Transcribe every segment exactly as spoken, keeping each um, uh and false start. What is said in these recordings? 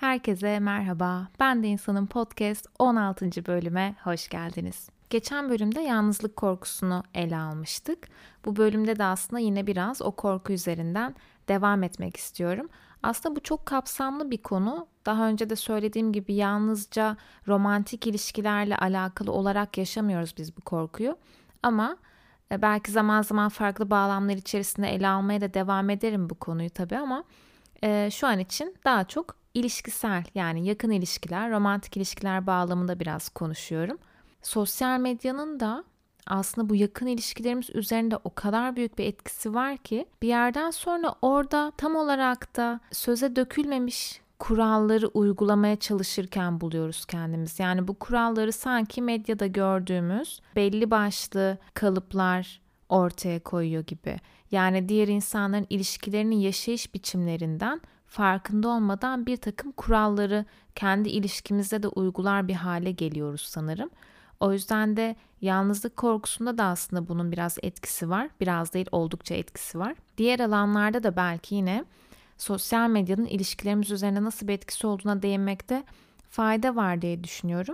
Herkese merhaba. Ben de İnsan'ın podcast on altıncı bölüme hoş geldiniz. Geçen bölümde yalnızlık korkusunu ele almıştık. Bu bölümde de aslında yine biraz o korku üzerinden devam etmek istiyorum. Aslında bu çok kapsamlı bir konu. Daha önce de söylediğim gibi yalnızca romantik ilişkilerle alakalı olarak yaşamıyoruz biz bu korkuyu. Ama belki zaman zaman farklı bağlamlar içerisinde ele almaya da devam ederim bu konuyu tabii ama e, şu an için daha çok ilişkisel, yani yakın ilişkiler, romantik ilişkiler bağlamında biraz konuşuyorum. Sosyal medyanın da aslında bu yakın ilişkilerimiz üzerinde o kadar büyük bir etkisi var ki bir yerden sonra orada tam olarak da söze dökülmemiş kuralları uygulamaya çalışırken buluyoruz kendimiz. Yani bu kuralları sanki medyada gördüğümüz belli başlı kalıplar ortaya koyuyor gibi. Yani diğer insanların ilişkilerinin yaşayış biçimlerinden farkında olmadan bir takım kuralları kendi ilişkimizde de uygular bir hale geliyoruz sanırım. O yüzden de yalnızlık korkusunda da aslında bunun biraz etkisi var. Biraz değil, oldukça etkisi var. Diğer alanlarda da belki yine sosyal medyanın ilişkilerimiz üzerine nasıl bir etkisi olduğuna değinmekte fayda var diye düşünüyorum.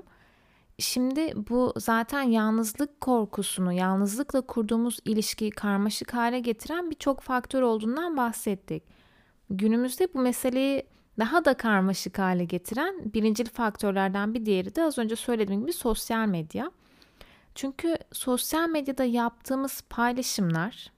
Şimdi bu zaten yalnızlık korkusunu, yalnızlıkla kurduğumuz ilişkiyi karmaşık hale getiren birçok faktör olduğundan bahsettik. Günümüzde bu meseleyi daha da karmaşık hale getiren birincil faktörlerden bir diğeri de az önce söylediğim gibi sosyal medya. Çünkü sosyal medyada yaptığımız paylaşımlar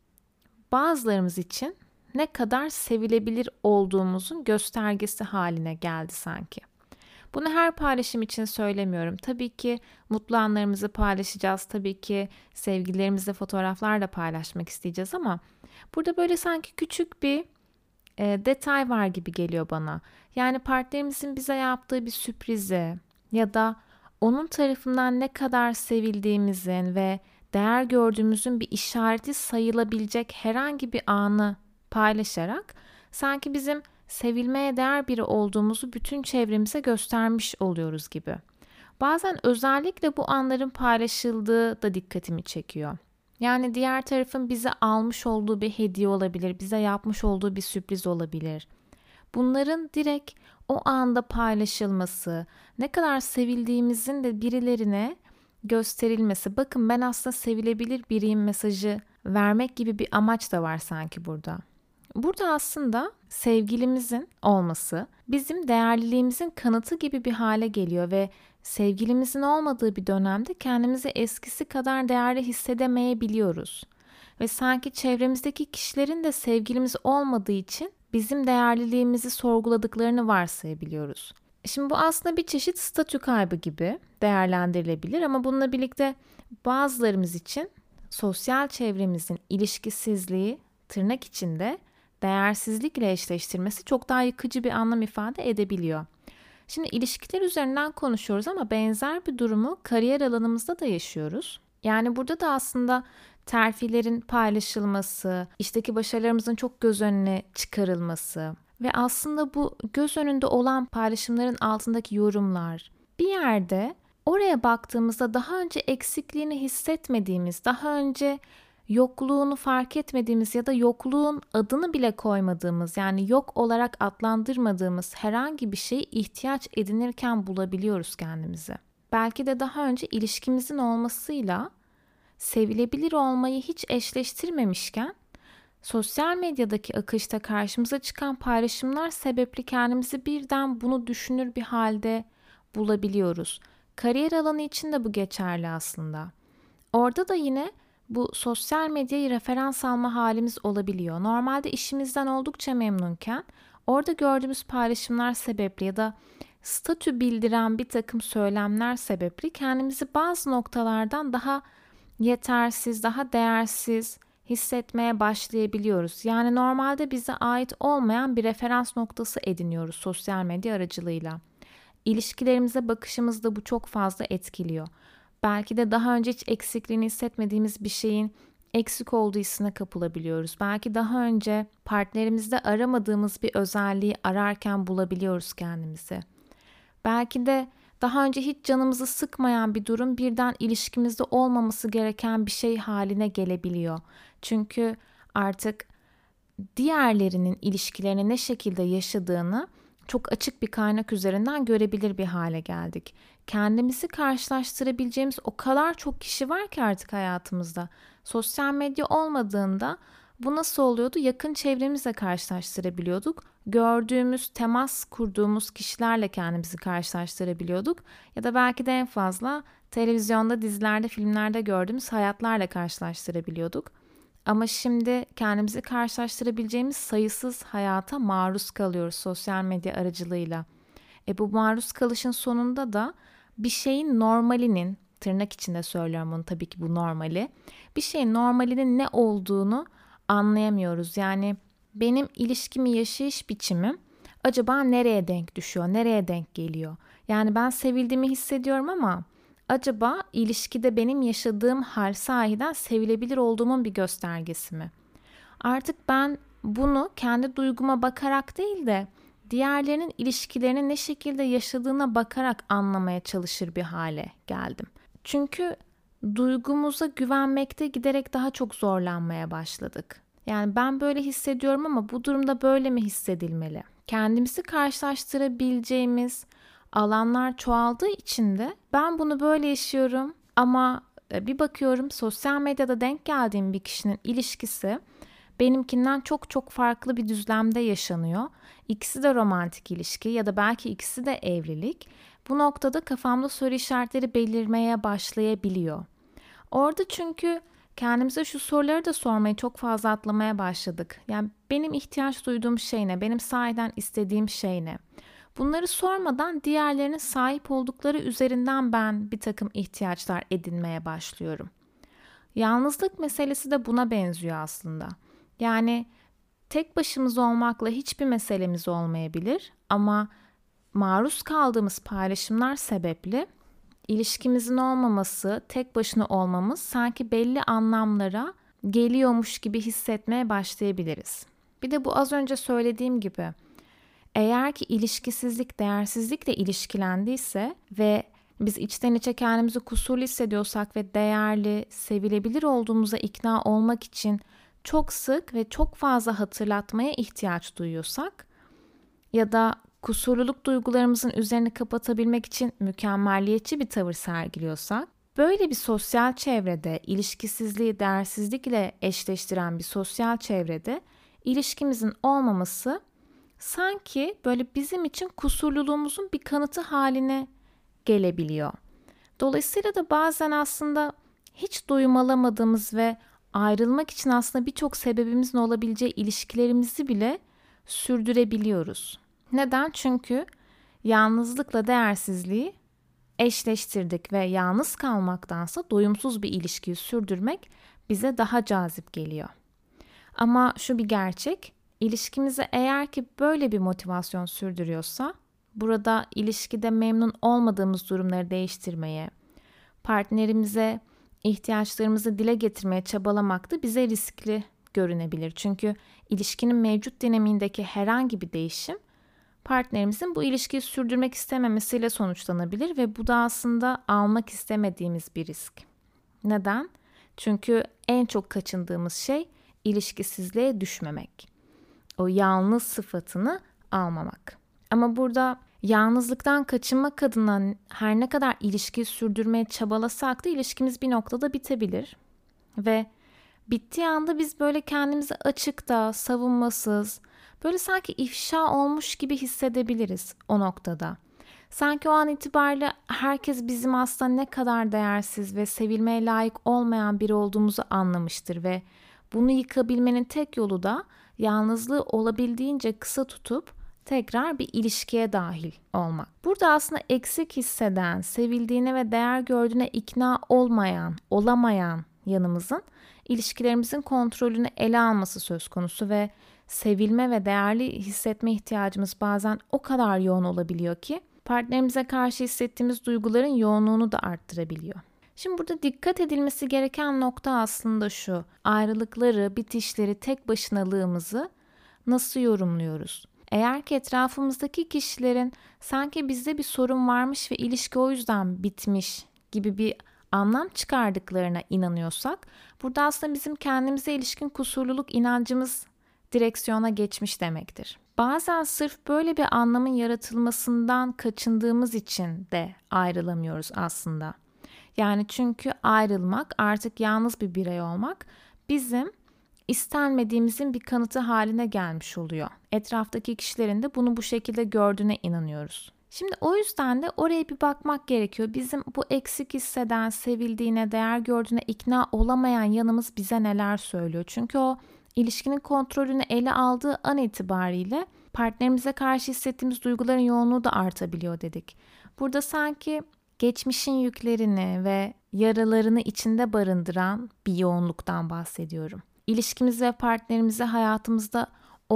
bazılarımız için ne kadar sevilebilir olduğumuzun göstergesi haline geldi sanki. Bunu her paylaşım için söylemiyorum. Tabii ki mutlu anlarımızı paylaşacağız. Tabii ki sevgililerimizle fotoğraflar da paylaşmak isteyeceğiz ama burada böyle sanki küçük bir e, detay var gibi geliyor bana. Yani partnerimizin bize yaptığı bir sürprizi ya da onun tarafından ne kadar sevildiğimizin ve değer gördüğümüzün bir işareti sayılabilecek herhangi bir anı paylaşarak sanki bizim sevilmeye değer biri olduğumuzu bütün çevremize göstermiş oluyoruz gibi. Bazen özellikle bu anların paylaşıldığı da dikkatimi çekiyor. Yani diğer tarafın bize almış olduğu bir hediye olabilir, bize yapmış olduğu bir sürpriz olabilir. Bunların direkt o anda paylaşılması, ne kadar sevildiğimizin de birilerine gösterilmesi, bakın ben aslında sevilebilir biriyim mesajı vermek gibi bir amaç da var sanki burada. Burada aslında sevgilimizin olması bizim değerliliğimizin kanıtı gibi bir hale geliyor ve sevgilimizin olmadığı bir dönemde kendimizi eskisi kadar değerli hissedemeyebiliyoruz. Ve sanki çevremizdeki kişilerin de sevgilimiz olmadığı için bizim değerliliğimizi sorguladıklarını varsayabiliyoruz. Şimdi bu aslında bir çeşit statü kaybı gibi değerlendirilebilir ama bununla birlikte bazılarımız için sosyal çevremizin ilişkisizliği tırnak içinde değersizlikle eşleştirmesi çok daha yıkıcı bir anlam ifade edebiliyor. Şimdi ilişkiler üzerinden konuşuyoruz ama benzer bir durumu kariyer alanımızda da yaşıyoruz. Yani burada da aslında terfilerin paylaşılması, işteki başarılarımızın çok göz önüne çıkarılması ve aslında bu göz önünde olan paylaşımların altındaki yorumlar bir yerde oraya baktığımızda daha önce eksikliğini hissetmediğimiz, daha önce yokluğunu fark etmediğimiz ya da yokluğun adını bile koymadığımız, yani yok olarak adlandırmadığımız herhangi bir şeyi ihtiyaç edinirken bulabiliyoruz kendimizi. Belki de daha önce ilişkimizin olmasıyla sevilebilir olmayı hiç eşleştirmemişken sosyal medyadaki akışta karşımıza çıkan paylaşımlar sebeple kendimizi birden bunu düşünür bir halde bulabiliyoruz. Kariyer alanı için de bu geçerli aslında. Orada da yine bu sosyal medyayı referans alma halimiz olabiliyor. Normalde işimizden oldukça memnunken orada gördüğümüz paylaşımlar sebeple ya da statü bildiren bir takım söylemler sebeple kendimizi bazı noktalardan daha yetersiz, daha değersiz hissetmeye başlayabiliyoruz. Yani normalde bize ait olmayan bir referans noktası ediniyoruz sosyal medya aracılığıyla. İlişkilerimize bakışımız da bu çok fazla etkiliyor. Belki de daha önce hiç eksikliğini hissetmediğimiz bir şeyin eksik olduğu hissine kapılabiliyoruz. Belki daha önce partnerimizde aramadığımız bir özelliği ararken bulabiliyoruz kendimizi. Belki de daha önce hiç canımızı sıkmayan bir durum birden ilişkimizde olmaması gereken bir şey haline gelebiliyor. Çünkü artık diğerlerinin ilişkilerini ne şekilde yaşadığını çok açık bir kaynak üzerinden görebilir bir hale geldik. Kendimizi karşılaştırabileceğimiz o kadar çok kişi var ki artık hayatımızda. Sosyal medya olmadığında bu nasıl oluyordu? Yakın çevremizle karşılaştırabiliyorduk. Gördüğümüz, temas kurduğumuz kişilerle kendimizi karşılaştırabiliyorduk. Ya da belki de en fazla televizyonda, dizilerde, filmlerde gördüğümüz hayatlarla karşılaştırabiliyorduk. Ama şimdi kendimizi karşılaştırabileceğimiz sayısız hayata maruz kalıyoruz sosyal medya aracılığıyla. E bu maruz kalışın sonunda da bir şeyin normalinin, tırnak içinde söylüyorum bunu tabii ki bu normali, bir şeyin normalinin ne olduğunu anlayamıyoruz. Yani benim ilişkimi yaşayış biçimim acaba nereye denk düşüyor, nereye denk geliyor? Yani ben sevildiğimi hissediyorum ama acaba ilişkide benim yaşadığım hal sahiden sevilebilir olduğumun bir göstergesi mi? Artık ben bunu kendi duyguma bakarak değil de diğerlerinin ilişkilerini ne şekilde yaşadığına bakarak anlamaya çalışır bir hale geldim. Çünkü duygumuza güvenmekte giderek daha çok zorlanmaya başladık. Yani ben böyle hissediyorum ama bu durumda böyle mi hissedilmeli? Kendimizi karşılaştırabileceğimiz alanlar çoğaldığı için de ben bunu böyle yaşıyorum ama bir bakıyorum sosyal medyada denk geldiğim bir kişinin ilişkisi benimkinden çok çok farklı bir düzlemde yaşanıyor. İkisi de romantik ilişki ya da belki ikisi de evlilik. Bu noktada kafamda soru işaretleri belirmeye başlayabiliyor. Orada çünkü kendimize şu soruları da sormayı çok fazla atlamaya başladık. Yani benim ihtiyaç duyduğum şey ne? Benim sahiden istediğim şey ne? Bunları sormadan diğerlerinin sahip oldukları üzerinden ben bir takım ihtiyaçlar edinmeye başlıyorum. Yalnızlık meselesi de buna benziyor aslında. Yani tek başımıza olmakla hiçbir meselemiz olmayabilir ama maruz kaldığımız paylaşımlar sebeple ilişkimizin olmaması, tek başına olmamız sanki belli anlamlara geliyormuş gibi hissetmeye başlayabiliriz. Bir de bu az önce söylediğim gibi eğer ki ilişkisizlik, değersizlikle ilişkilendiyse ve biz içten içe kendimizi kusurlu hissediyorsak ve değerli, sevilebilir olduğumuza ikna olmak için çok sık ve çok fazla hatırlatmaya ihtiyaç duyuyorsak ya da kusurluluk duygularımızın üzerini kapatabilmek için mükemmelliyetçi bir tavır sergiliyorsak, böyle bir sosyal çevrede, ilişkisizliği değersizlikle eşleştiren bir sosyal çevrede ilişkimizin olmaması sanki böyle bizim için kusurluluğumuzun bir kanıtı haline gelebiliyor. Dolayısıyla da bazen aslında hiç doyum alamadığımız ve ayrılmak için aslında birçok sebebimizin olabileceği ilişkilerimizi bile sürdürebiliyoruz. Neden? Çünkü yalnızlıkla değersizliği eşleştirdik ve yalnız kalmaktansa doyumsuz bir ilişkiyi sürdürmek bize daha cazip geliyor. Ama şu bir gerçek, ilişkimizi eğer ki böyle bir motivasyon sürdürüyorsa, burada ilişkide memnun olmadığımız durumları değiştirmeye, partnerimize ihtiyaçlarımızı dile getirmeye çabalamak da bize riskli görünebilir. Çünkü ilişkinin mevcut dinamiğindeki herhangi bir değişim partnerimizin bu ilişkiyi sürdürmek istememesiyle sonuçlanabilir ve bu da aslında almak istemediğimiz bir risk. Neden? Çünkü en çok kaçındığımız şey ilişkisizliğe düşmemek. O yalnız sıfatını almamak. Ama burada yalnızlıktan kaçınmak adına her ne kadar ilişkiyi sürdürmeye çabalasak da ilişkimiz bir noktada bitebilir. Ve bittiği anda biz böyle kendimizi açıkta, savunmasız, böyle sanki ifşa olmuş gibi hissedebiliriz o noktada. Sanki o an itibariyle herkes bizim aslında ne kadar değersiz ve sevilmeye layık olmayan biri olduğumuzu anlamıştır ve bunu yıkabilmenin tek yolu da yalnızlığı olabildiğince kısa tutup tekrar bir ilişkiye dahil olmak. Burada aslında eksik hisseden, sevildiğine ve değer gördüğüne ikna olmayan, olamayan yanımızın ilişkilerimizin kontrolünü ele alması söz konusu ve sevilme ve değerli hissetme ihtiyacımız bazen o kadar yoğun olabiliyor ki partnerimize karşı hissettiğimiz duyguların yoğunluğunu da arttırabiliyor. Şimdi burada dikkat edilmesi gereken nokta aslında şu: ayrılıkları, bitişleri, tek başınalığımızı nasıl yorumluyoruz? Eğer ki etrafımızdaki kişilerin sanki bizde bir sorun varmış ve ilişki o yüzden bitmiş gibi bir anlam çıkardıklarına inanıyorsak, burada aslında bizim kendimize ilişkin kusurluluk inancımız direksiyona geçmiş demektir. Bazen sırf böyle bir anlamın yaratılmasından kaçındığımız için de ayrılamıyoruz aslında. Yani çünkü ayrılmak, artık yalnız bir birey olmak bizim istenmediğimizin bir kanıtı haline gelmiş oluyor. Etraftaki kişilerin de bunu bu şekilde gördüğüne inanıyoruz. Şimdi o yüzden de oraya bir bakmak gerekiyor. Bizim bu eksik hisseden, sevildiğine, değer gördüğüne ikna olamayan yanımız bize neler söylüyor? Çünkü o ilişkinin kontrolünü ele aldığı an itibariyle partnerimize karşı hissettiğimiz duyguların yoğunluğu da artabiliyor dedik. Burada sanki geçmişin yüklerini ve yaralarını içinde barındıran bir yoğunluktan bahsediyorum. İlişkimiz ve partnerimizi hayatımızda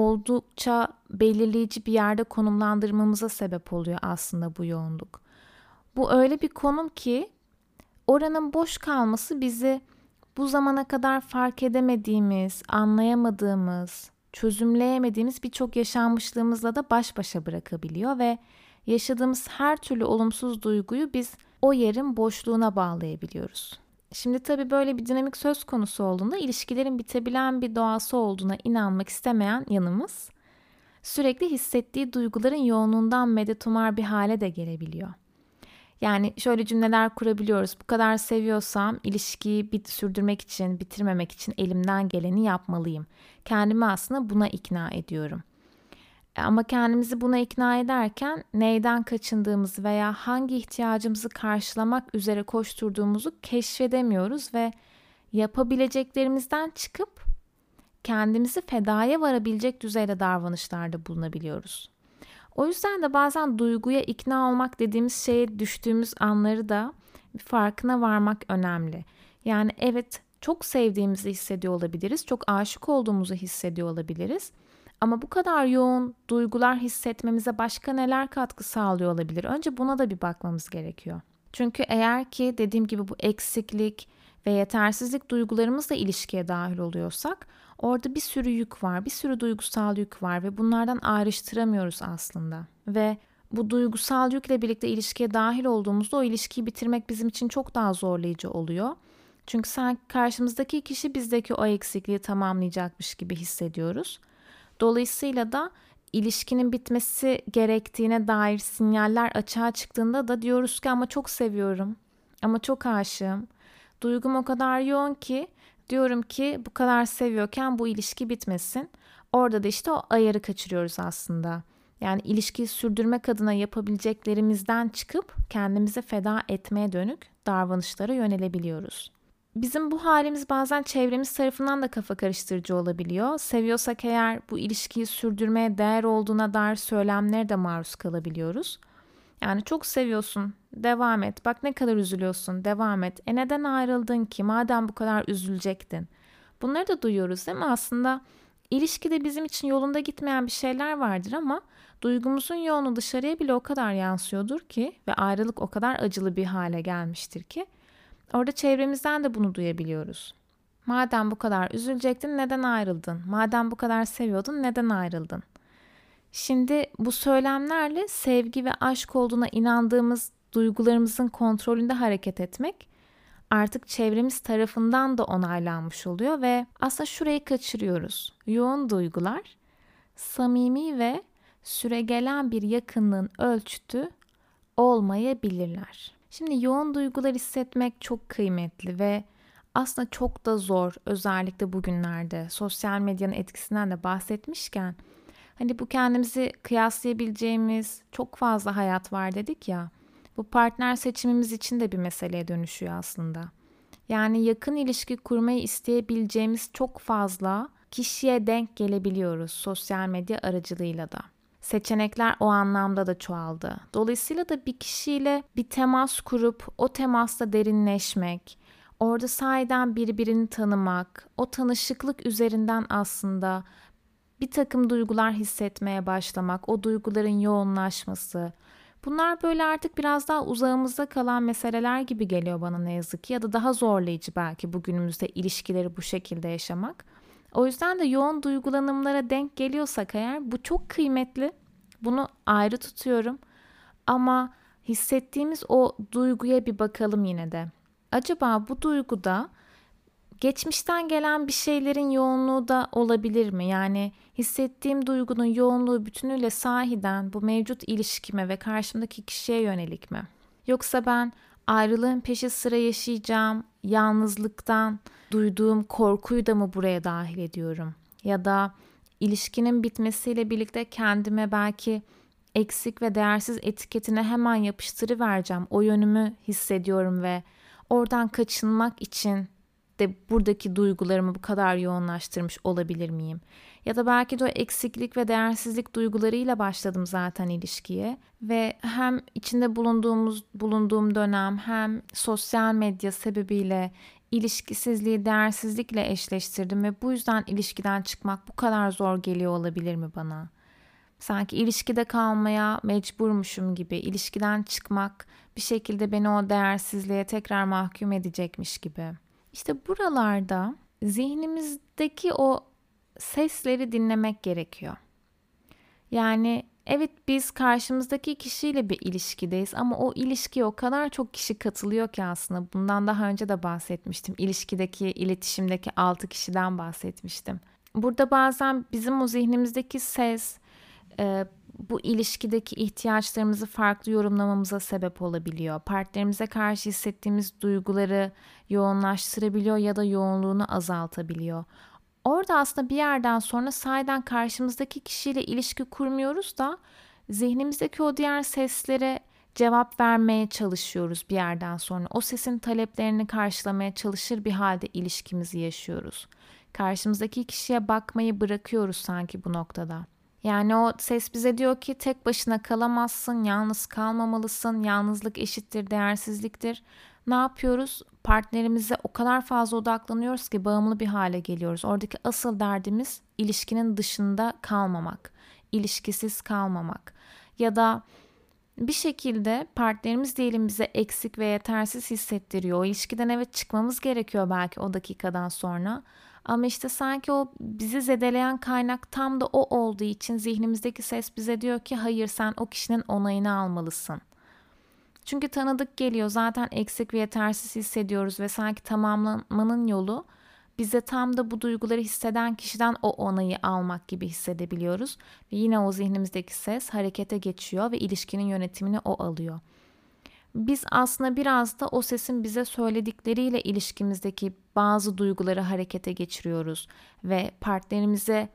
oldukça belirleyici bir yerde konumlandırmamıza sebep oluyor aslında bu yoğunluk. Bu öyle bir konum ki oranın boş kalması bizi bu zamana kadar fark edemediğimiz, anlayamadığımız, çözümleyemediğimiz birçok yaşanmışlığımızla da baş başa bırakabiliyor ve yaşadığımız her türlü olumsuz duyguyu biz o yerin boşluğuna bağlayabiliyoruz. Şimdi tabii böyle bir dinamik söz konusu olduğunda ilişkilerin bitebilen bir doğası olduğuna inanmak istemeyen yanımız sürekli hissettiği duyguların yoğunluğundan medet umar bir hale de gelebiliyor. Yani şöyle cümleler kurabiliyoruz. Bu kadar seviyorsam ilişkiyi bit sürdürmek için, bitirmemek için elimden geleni yapmalıyım. Kendimi aslında buna ikna ediyorum. Ama kendimizi buna ikna ederken neyden kaçındığımızı veya hangi ihtiyacımızı karşılamak üzere koşturduğumuzu keşfedemiyoruz ve yapabileceklerimizden çıkıp kendimizi fedaya varabilecek düzeyde davranışlarda bulunabiliyoruz. O yüzden de bazen duyguya ikna olmak dediğimiz şeye düştüğümüz anları da bir farkına varmak önemli. Yani evet, çok sevdiğimizi hissediyor olabiliriz, çok aşık olduğumuzu hissediyor olabiliriz. Ama bu kadar yoğun duygular hissetmemize başka neler katkı sağlıyor olabilir? Önce buna da bir bakmamız gerekiyor. Çünkü eğer ki dediğim gibi bu eksiklik ve yetersizlik duygularımızla ilişkiye dahil oluyorsak orada bir sürü yük var, bir sürü duygusal yük var ve bunlardan ayrıştıramıyoruz aslında. Ve bu duygusal yükle birlikte ilişkiye dahil olduğumuzda o ilişkiyi bitirmek bizim için çok daha zorlayıcı oluyor. Çünkü sanki karşımızdaki kişi bizdeki o eksikliği tamamlayacakmış gibi hissediyoruz. Dolayısıyla da ilişkinin bitmesi gerektiğine dair sinyaller açığa çıktığında da diyoruz ki ama çok seviyorum, ama çok aşığım. Duygum o kadar yoğun ki diyorum ki bu kadar seviyorken bu ilişki bitmesin. Orada da işte o ayarı kaçırıyoruz aslında. Yani ilişkiyi sürdürmek adına yapabileceklerimizden çıkıp kendimize feda etmeye dönük davranışlara yönelebiliyoruz. Bizim bu halimiz bazen çevremiz tarafından da kafa karıştırıcı olabiliyor. Seviyorsak eğer bu ilişkiyi sürdürmeye değer olduğuna dair söylemlere de maruz kalabiliyoruz. Yani çok seviyorsun, devam et. Bak ne kadar üzülüyorsun, devam et. E neden ayrıldın ki? Madem bu kadar üzülecektin. Bunları da duyuyoruz değil mi? Aslında ilişkide bizim için yolunda gitmeyen bir şeyler vardır ama duygumuzun yoğunluğu dışarıya bile o kadar yansıyordur ki ve ayrılık o kadar acılı bir hale gelmiştir ki orada çevremizden de bunu duyabiliyoruz. Madem bu kadar üzülecektin, neden ayrıldın? Madem bu kadar seviyordun, neden ayrıldın? Şimdi bu söylemlerle sevgi ve aşk olduğuna inandığımız duygularımızın kontrolünde hareket etmek artık çevremiz tarafından da onaylanmış oluyor ve aslında şurayı kaçırıyoruz. Yoğun duygular samimi ve süregelen bir yakınlığın ölçütü olmayabilirler. Şimdi yoğun duygular hissetmek çok kıymetli ve aslında çok da zor, özellikle bugünlerde sosyal medyanın etkisinden de bahsetmişken. Hani bu kendimizi kıyaslayabileceğimiz çok fazla hayat var dedik ya. Bu partner seçimimiz için de bir meseleye dönüşüyor aslında. Yani yakın ilişki kurmayı isteyebileceğimiz çok fazla kişiye denk gelebiliyoruz sosyal medya aracılığıyla da. Seçenekler o anlamda da çoğaldı. Dolayısıyla da bir kişiyle bir temas kurup o temasta derinleşmek, orada sahiden birbirini tanımak, o tanışıklık üzerinden aslında bir takım duygular hissetmeye başlamak, o duyguların yoğunlaşması. Bunlar böyle artık biraz daha uzağımızda kalan meseleler gibi geliyor bana ne yazık ki. Ya da daha zorlayıcı belki bugünümüzde ilişkileri bu şekilde yaşamak. O yüzden de yoğun duygulanımlara denk geliyorsak eğer bu çok kıymetli. Bunu ayrı tutuyorum. Ama hissettiğimiz o duyguya bir bakalım yine de. Acaba bu duyguda Geçmişten gelen bir şeylerin yoğunluğu da olabilir mi? Yani hissettiğim duygunun yoğunluğu bütünüyle sahiden bu mevcut ilişkime ve karşımdaki kişiye yönelik mi? Yoksa ben ayrılığın peşi sıra yaşayacağım, yalnızlıktan duyduğum korkuyu da mı buraya dahil ediyorum? Ya da ilişkinin bitmesiyle birlikte kendime belki eksik ve değersiz etiketine hemen yapıştırıvereceğim. O yönümü hissediyorum ve oradan kaçınmak için de buradaki duygularımı bu kadar yoğunlaştırmış olabilir miyim? Ya da belki de o eksiklik ve değersizlik duygularıyla başladım zaten ilişkiye ve hem içinde bulunduğumuz bulunduğum dönem hem sosyal medya sebebiyle ilişkisizliği değersizlikle eşleştirdim ve bu yüzden ilişkiden çıkmak bu kadar zor geliyor olabilir mi bana? Sanki ilişkide kalmaya mecburmuşum gibi, ilişkiden çıkmak bir şekilde beni o değersizliğe tekrar mahkum edecekmiş gibi. İşte buralarda zihnimizdeki o sesleri dinlemek gerekiyor. Yani evet biz karşımızdaki kişiyle bir ilişkideyiz ama o ilişkiye o kadar çok kişi katılıyor ki aslında. Bundan daha önce de bahsetmiştim. İlişkideki, iletişimdeki altı kişiden bahsetmiştim. Burada bazen bizim o zihnimizdeki ses bu ilişkideki ihtiyaçlarımızı farklı yorumlamamıza sebep olabiliyor. Partnerimize karşı hissettiğimiz duyguları yoğunlaştırabiliyor ya da yoğunluğunu azaltabiliyor. Orada aslında bir yerden sonra sahiden karşımızdaki kişiyle ilişki kurmuyoruz da zihnimizdeki o diğer seslere cevap vermeye çalışıyoruz bir yerden sonra. O sesin taleplerini karşılamaya çalışır bir halde ilişkimizi yaşıyoruz. Karşımızdaki kişiye bakmayı bırakıyoruz sanki bu noktada. Yani o ses bize diyor ki tek başına kalamazsın, yalnız kalmamalısın, yalnızlık eşittir değersizliktir. Ne yapıyoruz? Partnerimize o kadar fazla odaklanıyoruz ki bağımlı bir hale geliyoruz. Oradaki asıl derdimiz ilişkinin dışında kalmamak, ilişkisiz kalmamak. Ya da bir şekilde partnerimiz diyelim bize eksik ve yetersiz hissettiriyor. O ilişkiden evet çıkmamız gerekiyor belki o dakikadan sonra. Ama işte sanki o bizi zedeleyen kaynak tam da o olduğu için zihnimizdeki ses bize diyor ki hayır sen o kişinin onayını almalısın. Çünkü tanıdık geliyor, zaten eksik ve yetersiz hissediyoruz ve sanki tamamlanmanın yolu bize tam da bu duyguları hisseden kişiden o onayı almak gibi hissedebiliyoruz. Ve yine o zihnimizdeki ses harekete geçiyor ve ilişkinin yönetimini o alıyor. Biz aslında biraz da o sesin bize söyledikleriyle ilişkimizdeki bazı duyguları harekete geçiriyoruz ve partnerimize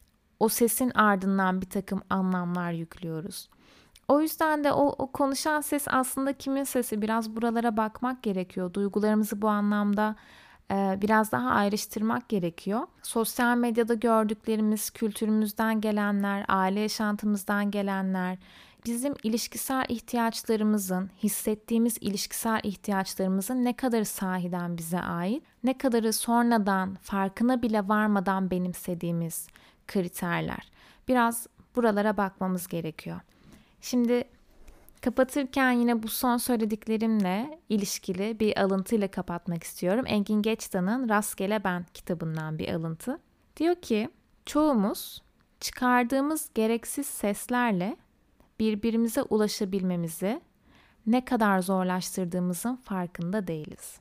o sesin ardından bir takım anlamlar yüklüyoruz. O yüzden de o, o konuşan ses aslında kimin sesi? Biraz buralara bakmak gerekiyor. Duygularımızı bu anlamda e, biraz daha ayrıştırmak gerekiyor. Sosyal medyada gördüklerimiz, kültürümüzden gelenler, aile yaşantımızdan gelenler, bizim ilişkisel ihtiyaçlarımızın, hissettiğimiz ilişkisel ihtiyaçlarımızın ne kadarı sahiden bize ait, ne kadarı sonradan farkına bile varmadan benimsediğimiz kriterler. Biraz buralara bakmamız gerekiyor. Şimdi kapatırken yine bu son söylediklerimle ilişkili bir alıntıyla kapatmak istiyorum. Engin Geçtan'ın Rastgele Ben kitabından bir alıntı. Diyor ki, çoğumuz çıkardığımız gereksiz seslerle birbirimize ulaşabilmemizi ne kadar zorlaştırdığımızın farkında değiliz.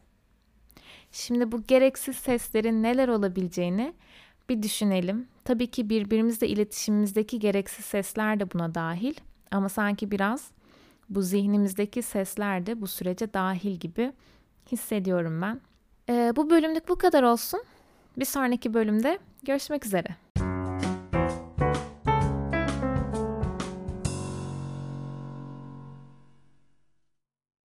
Şimdi bu gereksiz seslerin neler olabileceğini bir düşünelim. Tabii ki birbirimizle iletişimimizdeki gereksiz sesler de buna dahil. Ama sanki biraz bu zihnimizdeki sesler de bu sürece dahil gibi hissediyorum ben. Ee, bu bölümlük bu kadar olsun. Bir sonraki bölümde görüşmek üzere.